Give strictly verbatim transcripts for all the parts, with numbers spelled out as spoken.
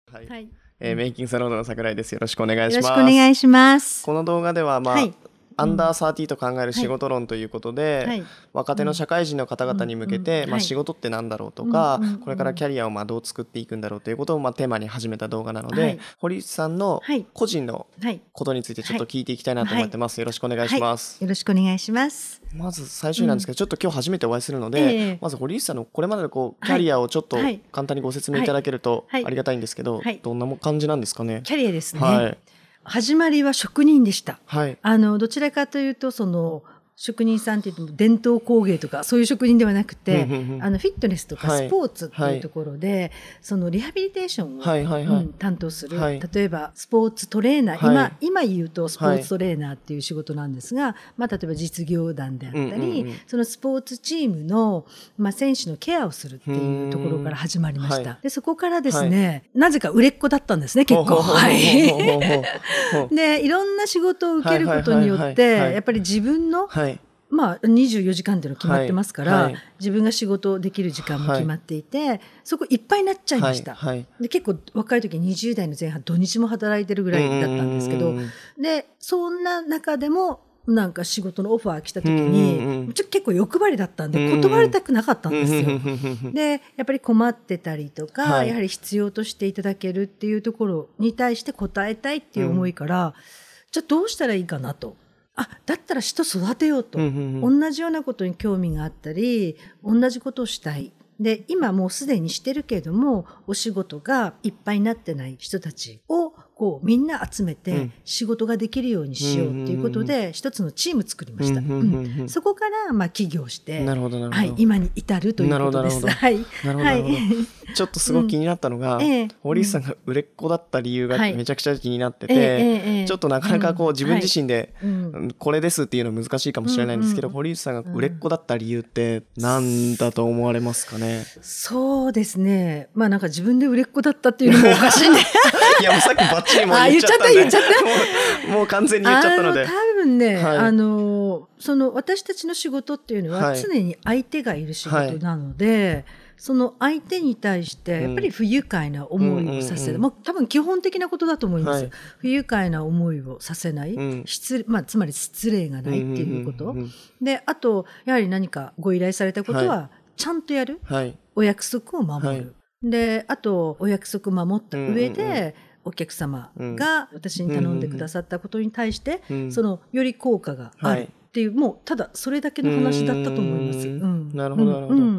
はいはい、えー、メイキングサロードの桜井です。よろしくお願いします。 よろしくお願いします。 この動画では、まあ、はい、アンダーサーティーと考える仕事論ということで、はい、若手の社会人の方々に向けて、うんまあ、仕事ってなんだろうとか、はい、これからキャリアをまあどう作っていくんだろうということをまあテーマに始めた動画なので、はい、堀内さんの個人のことについてちょっと聞いていきたいなと思ってます。よろしくお願いします。 はい、よろしくお願いします。 まず最初になんですけど、うん、ちょっと今日初めてお会いするので、えー、まず堀内さんのこれまでのこうキャリアをちょっと簡単にご説明いただけるとありがたいんですけど、はいはい、どんな感じなんですかね。 キャリアですね、はい、始まりは職人でした、はい、あのどちらかというとその職人さんって言っても伝統工芸とかそういう職人ではなくて、うんうんうん、あのフィットネスとかスポーツっていうところで、はい、そのリハビリテーションを、はいはいはいうん、担当する、はい、例えばスポーツトレーナー、はい、今, 今言うとスポーツトレーナーっていう仕事なんですが、はいまあ、例えば実業団であったり、うんうんうん、そのスポーツチームの、まあ、選手のケアをするっていうところから始まりました。はい、でそこからですね、はい、なぜか売れっ子だったんですね結構。でいろんな仕事を受けることによってやっぱり自分の、はいまあ、にじゅうよじかんっていうの決まってますから、はいはい、自分が仕事できる時間も決まっていて、はい、そこいっぱいになっちゃいました、はいはい、で結構若い時にじゅう代の前半土日も働いてるぐらいだったんですけど、でそんな中でもなんか仕事のオファー来た時にちょっと結構欲張りだったんで断りたくなかったんですよ。でやっぱり困ってたりとか、はい、やはり必要としていただけるっていうところに対して応えたいっていう思いから、うん、じゃあどうしたらいいかなと。あだったら人育てようと、うんうんうん、同じようなことに興味があったり同じことをしたいで今もうすでにしてるけれどもお仕事がいっぱいになってない人たちをこうみんな集めて仕事ができるようにしようということで、うん、一つのチーム作りました、うんうんうん、そこからまあ起業してなるほどなるほど、 はい、今に至るということです。はい、 なるほどなるほど、ちょっとすごく気になったのが、うんえー、堀内さんが売れっ子だった理由がめちゃくちゃ気になってて、はいえーえー、ちょっとなかなかこう自分自身でこれですっていうのは難しいかもしれないんですけど、うん、堀内さんが売れっ子だった理由って何だと思われますかね。 そうですね、まあなんか自分で売れっ子だったっていうのもおかしいねいやもうさっきバッチリも言っちゃったんで言っちゃった言っちゃったもう、もう完全に言っちゃったので、 あの多分ね、はい、あのその私たちの仕事っていうのは常に相手がいる仕事なので、はい、その相手に対してやっぱり不愉快な思いをさせない、うんうんうん、多分基本的なことだと思います、はい、不愉快な思いをさせない、うん失まあ、つまり失礼がないっていうこと、うんうんうんうん、であとやはり何かご依頼されたことはちゃんとやる、はい、お約束を守る、はい、であとお約束守った上で、うんうんうんお客様が私に頼んでくださったことに対して、うん、そのより効果があるっていう、はい、もうただそれだけの話だったと思います。うん、 なるほどなるほど、うんうん、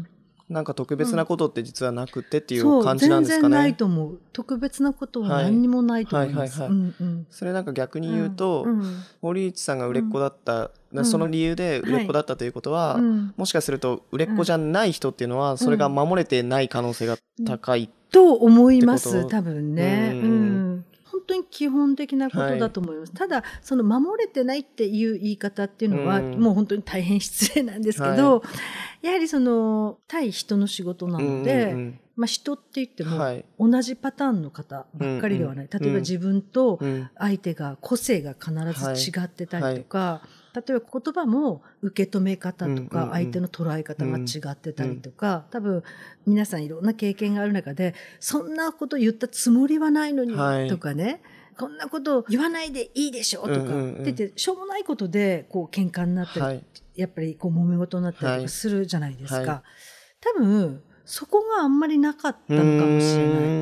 なんか特別なことって実はなくてっていう感じなんですかね。 そう全然ないと思う。特別なことは何にもないと思います。 それなんか逆に言うと、うん、堀内さんが売れっ子だった、うん、その理由で売れっ子だったということは、はい、もしかすると売れっ子じゃない人っていうのはそれが守れてない可能性が高い、うん、 と思います多分ね。うんうん本当に基本的なことだと思います、はい、ただその守れてないっていう言い方っていうのは、うん、もう本当に大変失礼なんですけど、はい、やはりその対人の仕事なので、うんうんうんまあ、人って言っても同じパターンの方ばっかりではない、はい、例えば自分と相手が個性が必ず違ってたりとか、はいはい例えば言葉も受け止め方とか相手の捉え方が違ってたりとか、多分皆さんいろんな経験がある中でそんなこと言ったつもりはないのにとかね、はい、こんなこと言わないでいいでしょとかって言ってしょうもないことでこう喧嘩になったり、はい、やっぱりこう揉め事になったりとかするじゃないですか、はいはい、多分そこがあんまりなかったのかもしれない、うん、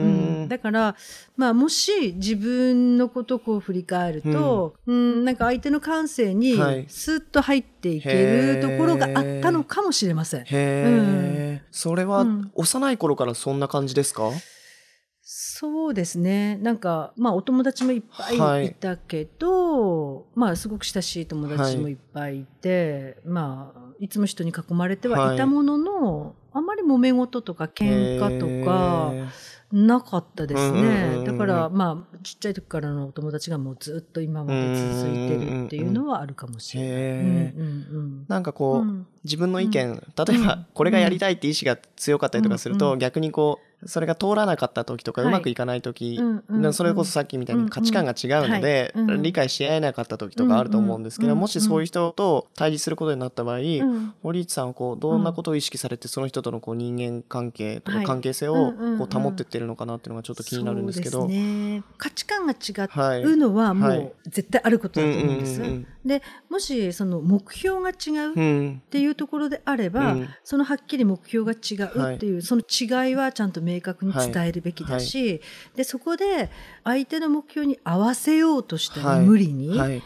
だから、まあ、もし自分のことをこう振り返ると、うんうん、なんか相手の感性にスッと入っていけるところがあったのかもしれません。 へー、うん、それは幼い頃からそんな感じですか？ そうですね。なんか、まあお友達もいっぱいいたけど、はい、まあすごく親しい友達もいっぱいいて、はい、まあいつも人に囲まれてはいたものの、はい、あんまり揉め事とか喧嘩とかなかったですね。だからまあちっちゃい時からのお友達がもうずっと今まで続いてるっていうのはあるかもしれない。うんうんうん、 なんかこう、うん自分の意見、例えばこれがやりたいって意思が強かったりとかすると、逆にこうそれが通らなかった時とか、うまくいかない時、それこそさっきみたいに価値観が違うので、理解し合えなかった時とかあると思うんですけど、もしそういう人と対峙することになった場合、堀内さんはこうどんなことを意識されてその人とのこう人間関係とか関係性をこう保ってってるのかなっていうのがちょっと気になるんですけど。 そうですね、価値観が違うのはもう絶対あることだと思うんです。でもしその目標が違うっていうところであれば、そのはっきり目標が違うっていうその違いはちゃんと明確に伝えるべきだし、はいはい、でそこで相手の目標に合わせようとしても無理に、はいはい、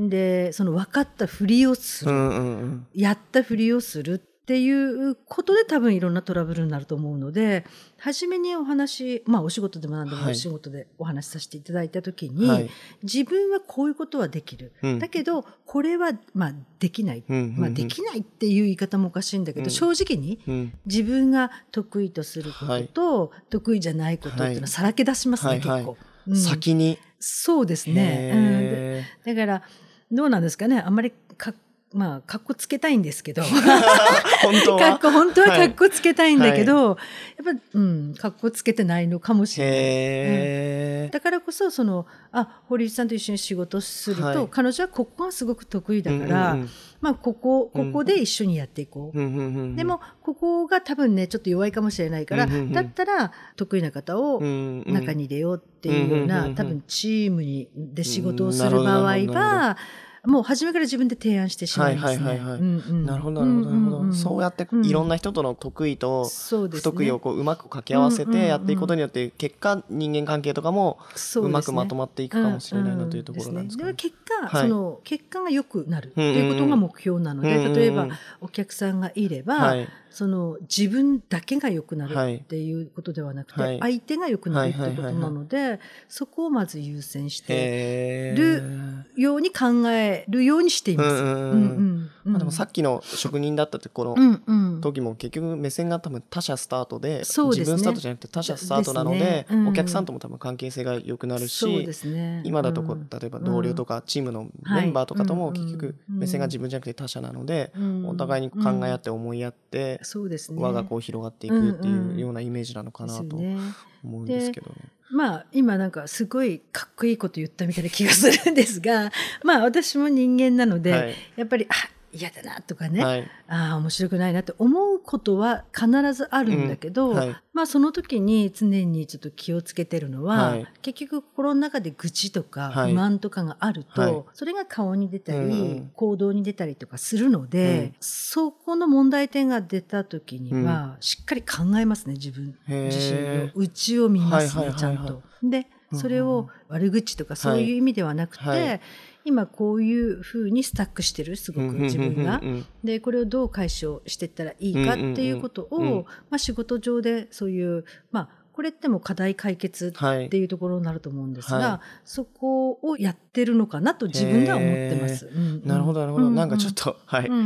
でその分かったふりをする、うんうんうん、やったふりをするっていうことで多分いろんなトラブルになると思うので、初めにお話、まあお仕事でも何でもお仕事でお話しさせていただいた時に、はい、自分はこういうことはできる、うん、だけどこれはまあできない、うんうんうん、まあ、できないっていう言い方もおかしいんだけど、うん、正直に自分が得意とすることと、はい、得意じゃないことっていうのはさらけ出しますね、はい、結構、はいはい、 うん、先にそうですね、うん、だからどうなんですかね、あんまりかまあ、かっこつけたいんですけど本当はかっこ本当はかっこつけたいんだけど、はい、やっぱ、うん、かっこつけてないのかもしれない、へー、うん、だからこそ、そのあ堀内さんと一緒に仕事すると、はい、彼女はここがすごく得意だから、うんうんうん、まあ、ここここで一緒にやっていこう、うんうんうん、でもここが多分ねちょっと弱いかもしれないから、うんうんうん、だったら得意な方を中に入れようっていうような、うんうん、多分チームにで仕事をする場合は、もう初めから自分で提案してしまいますね。はいはいはいはい、うんうん、なるほどなるほどなるほど、うんうん、 そうやっていろんな人との得意と不得意をこううまく掛け合わせてやっていくことによって結果人間関係とかもうまくまとまっていくかもしれないなというところなんですかね。 でも結果、はい、その結果が良くなるということが目標なので、うんうん、例えばお客さんがいれば、はい、その自分だけが良くなるっていうことではなくて、はい、相手が良くなるっていうことなので、はいはいはいはい、そこをまず優先してるように考えるようにしています。うんうんうんうん、 まあ、でもさっきの職人だったってこの時も結局目線が多分他者スタート で, で、ね、自分スタートじゃなくて他者スタートなの で, で、ねうん、お客さんとも多分関係性が良くなるし、そうですね、今だとこう、うん、例えば同僚とかチームのメンバーとかとも結局目線が自分じゃなくて他者なので、うん、お互いに考え合って思い合って、うん、そうですね、輪がこう広がっていくっていうようなイメージなのかなと思うんですけどね。 まあ今なんかすごいかっこいいこと言ったみたいな気がするんですがまあ私も人間なので、はい、やっぱりあ嫌だなとかね、はい、あ面白くないなって思うことは必ずあるんだけど、うんはい、まあその時に常にちょっと気をつけてるのは、はい、結局心の中で愚痴とか不満とかがあると、はい、それが顔に出たり、うん、行動に出たりとかするので、うん、そこの問題点が出た時には、うん、しっかり考えますね、自分自身の内を見ますね、ちゃんと。でそれを悪口とかそういう意味ではなくて、はいはい、今こういうふうにスタックしてるすごく自分が、でこれをどう解消していったらいいかっていうことを、まあ、仕事上でそういうまあこれっても課題解決っていうところになると思うんですが、はい、そこをやってるのかなと自分では思ってます。うんうん、 なるほどなるほど、うんうん、なんかちょっとはい、うんうん、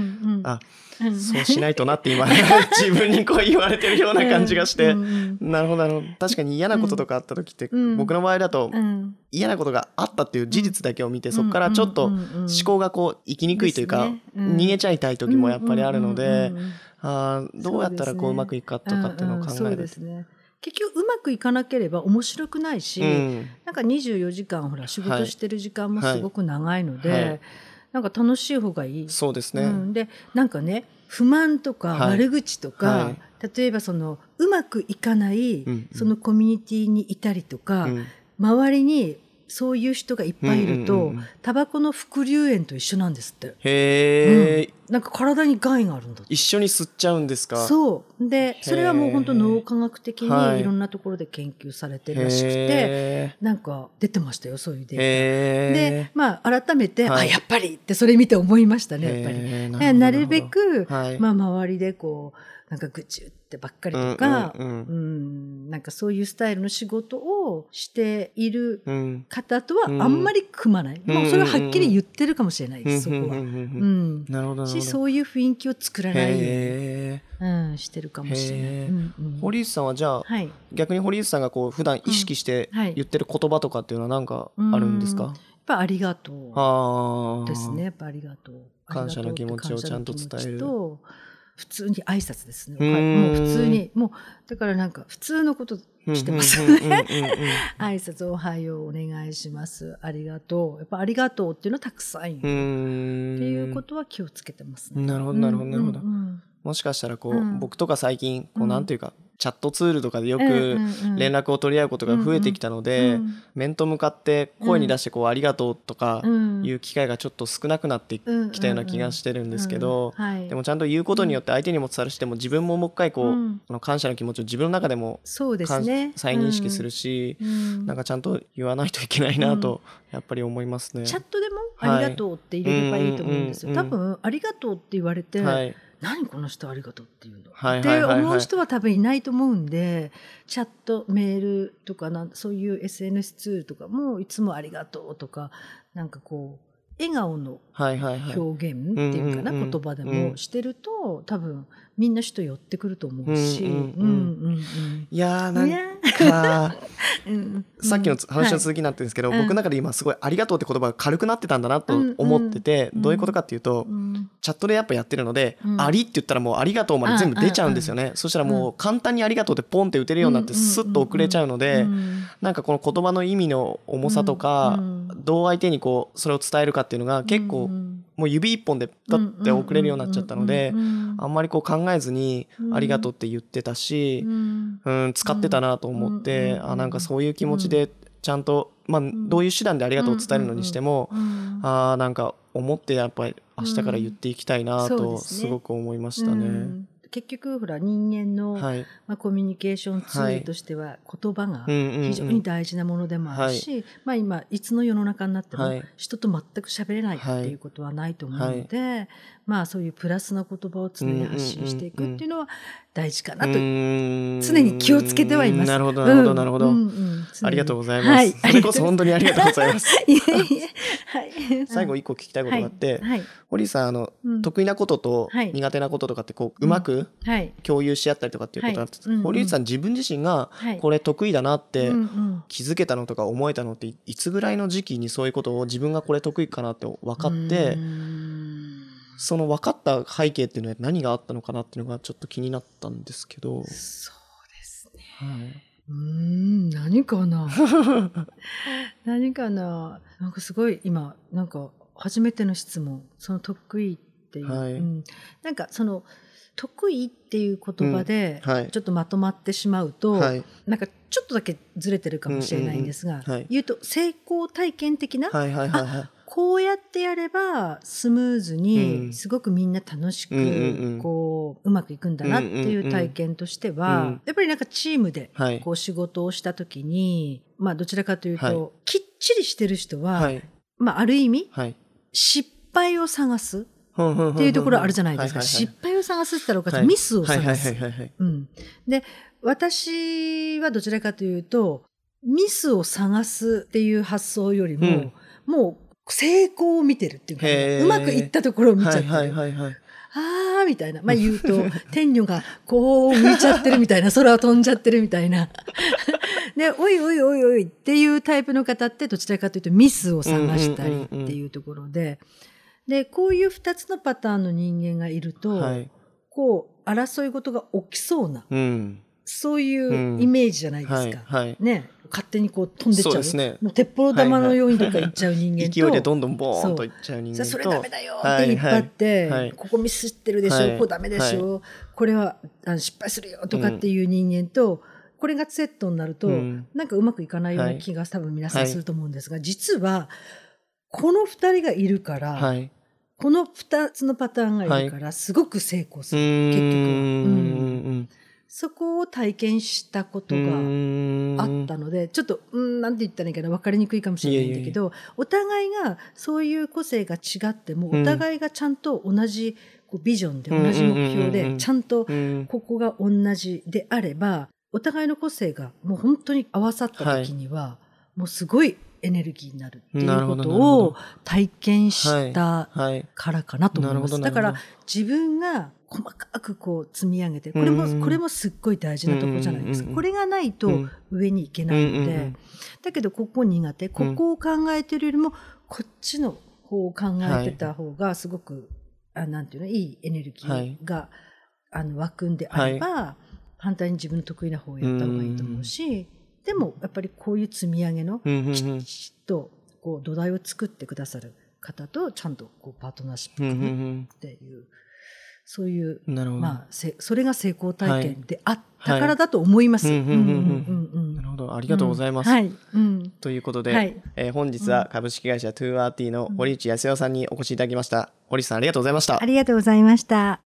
あそうしないとなって今自分にこう言われてるような感じがして、うんうん、なるほどなるほど、確かに嫌なこととかあった時って、うん、僕の場合だと、うん、嫌なことがあったっていう事実だけを見て、うん、そこからちょっと思考がこう生きにくいというか、ねうん、逃げちゃいたい時もやっぱりあるので、あどうやったらこううまくいくかとかっていうのを考える。 結局うまくいかなければ面白くないし、うん、なんかにじゅうよじかんほら仕事してる時間もすごく長いので、はいはい、なんか楽しい方がいい。そうですね、うん、でなんかね不満とか悪口とか、はいはい、例えばそのうまくいかない、うんうん、そのコミュニティにいたりとか、うん、周りにそういう人がいっぱいいると、うんうんうん、タバコの副流煙と一緒なんですって。へー、うん、なんか体に害があるんだって。 一緒に吸っちゃうんですか。 そうでそれはもう本当脳科学的にいろんなところで研究されてるらしくて、なんか出てましたよそういうデータで、まあ改めて、はい、あやっぱりってそれ見て思いましたね。やっぱり な, なるべく、はいまあ、周りでこうなんか愚痴言ってばっかりとか、うんうんうんうん、なんかそういうスタイルの仕事をしている方とはあんまり組まない、うん、もうそれははっきり言ってるかもしれないです、うん、そこは、うん、なるほどしそういう雰囲気を作らないように、うん、してるかもしれない、うんうん、 堀内さんはじゃあ、はい、逆に堀内さんがこう普段意識して言ってる言葉とかっていうのは何かあるんですか？うん、やっぱありがとうですね。やっぱありがとう、 感謝の気持ちをちゃんと伝える。 普通に挨拶ですね。もう普通にもうだからなんか普通のことしてますね。挨拶おはようお願いしますありがとうやっぱありがとうっていうのはたくさん言うっていうことは気をつけてますね。 なるほどなるほどなるほど。もしかしたらこう、うん、僕とか最近こうなんていうか、うん、チャットツールとかでよく連絡を取り合うことが増えてきたので、うんうん、面と向かって声に出してこう、うん、ありがとうとかいう機会がちょっと少なくなってきたような気がしてるんですけど、でもちゃんと言うことによって相手にも伝わるし、でも自分ももう一回こう、うん、あの感謝の気持ちを自分の中でもそうですね、 再認識するし、うん、なんかちゃんと言わないといけないなとやっぱり思いますね。 チャットでもありがとうって入れればいいと思うんですよ。多分ありがとうって言われて、はい、何この人ありがとうっていうの、はいはいはいはい、って思う人は多分いないと思うんで、チャットメールとかなんそういう エスエヌエス ツールとかもいつもありがとうとかなんかこう笑顔の表現っていうかな、言葉でもしてると多分みんな人寄ってくると思うし、 いやーなんかうん、さっきの話の続きになってるんですけど、はい、僕の中で今すごいありがとうって言葉が軽くなってたんだなと思ってて、うん、どういうことかっていうと、うん、チャットでやっぱやってるので、うん、ありって言ったらもうありがとうまで全部出ちゃうんですよね、うん、そしたらもう簡単にありがとうってポンって打てるようになってスッと送れちゃうので、うん、なんかこの言葉の意味の重さとか、うん、どう相手にこうそれを伝えるかっていうのが結構もう指一本でパッて送れるようになっちゃったので、あんまりこう考えずにありがとうって言ってたし、うんうん、使ってたなと思って、うん、あなんかそういう気持ちでちゃんと、まあ、どういう手段でありがとうを伝えるのにしても、あなんか思ってやっぱり明日から言っていきたいなとすごく思いましたね。うん、 結局ほら人間の、はいまあ、コミュニケーションツールとしては言葉が非常に大事なものでもあるし、はいまあ、今いつの世の中になっても人と全く喋れないっていうことはないと思うので、はいはいまあ、そういうプラスな言葉を常に発信していくっていうのは大事かなと常に気をつけてはいます。 なるほどなるほどなるほど、うんうん、ありがとうございます、はい、それこそ本当にありがとうございますいえいえ、はい、最後一個聞きたいことがあって、はいはい、堀さんあの、うん、得意なことと苦手なこととかってこう、うまく共有し合ったりとかっていうことなんですけど、はい、堀内さん自分自身がこれ得意だなって気づけたのとか思えたのっていつぐらいの時期にそういうことを自分がこれ得意かなって分かって、その分かった背景っていうのは何があったのかなっていうのがちょっと気になったんですけど。そうですね、はい、うーん何かな何かななんかすごい今なんか初めての質問その得意っていう、はいうん、なんかその得意っていう言葉でちょっとまとまってしまうと、うんはい、なんかちょっとだけずれてるかもしれないんですが、うんうんうんはい、言うと成功体験的な、はいはいはいはい、こうやってやればスムーズにすごくみんな楽しくこううまくいくんだなっていう体験としてはやっぱりなんかチームでこう仕事をした時にまあどちらかというときっちりしてる人はまあある意味失敗を探すっていうところあるじゃないですか。失敗を探すって言ったらおかしい、ミスを探す。で私はどちらかというとミスを探すっていう発想よりももう成功を見てるっていうか、うまくいったところを見ちゃってる、はいはいはいはい、あーみたいな、まあ言うと天女がこう向いちゃってるみたいな空を飛んじゃってるみたいなでおいおいおいおいっていうタイプの方ってどちらかというとミスを探したりっていうところで、でこういうふたつのパターンの人間がいると、はい、こう争い事が起きそうな、うん、そういうイメージじゃないですか、うんはいはいね、勝手にこう飛んでっちゃう、そうですね、もう鉄砲玉のようにとか行っちゃう人間と、 はいはい、勢いでどんどんボーンと行っちゃう人間と、 それダメだよって引っ張って、はいはい、ここミスってるでしょ、はい、ここダメでしょ、はい、これは失敗するよとかっていう人間と、うん、これがセットになると、うん、なんかうまくいかないような気が多分皆さんすると思うんですが、はい、実はこの二人がいるから、はいこの二つのパターンがいるからすごく成功する、はい、結局は、うん、そこを体験したことがあったのでちょっとうんなんて言ったらいいかな分かりにくいかもしれないんだけど、いやいやいやお互いがそういう個性が違ってもお互いがちゃんと同じこうビジョンで同じ目標でちゃんとここが同じであればお互いの個性がもう本当に合わさった時には、はい、もうすごいエネルギーになるっていうことを体験したからかなと思います。だから自分が細かくこう積み上げてこれも、これもすっごい大事なところじゃないですか。これがないと上に行けないので、だけどここ苦手、ここを考えてるよりもこっちの方を考えてた方がすごく、あ、なんていうの、いいエネルギーがあの湧くんであれば、はい、反対に自分の得意な方をやった方がいいと思うし、でもやっぱりこういう積み上げのきちっとこう土台を作ってくださる方とちゃんとこうパートナーシップっていう、そういう、まあ、それが成功体験であったからだと思います。なるほど、ありがとうございます。うんはいうん、ということで、はいえー、本日は株式会社トゥーアーティーの堀内康代さんにお越しいただきました。堀内さんありがとうございました。 ありがとうございました。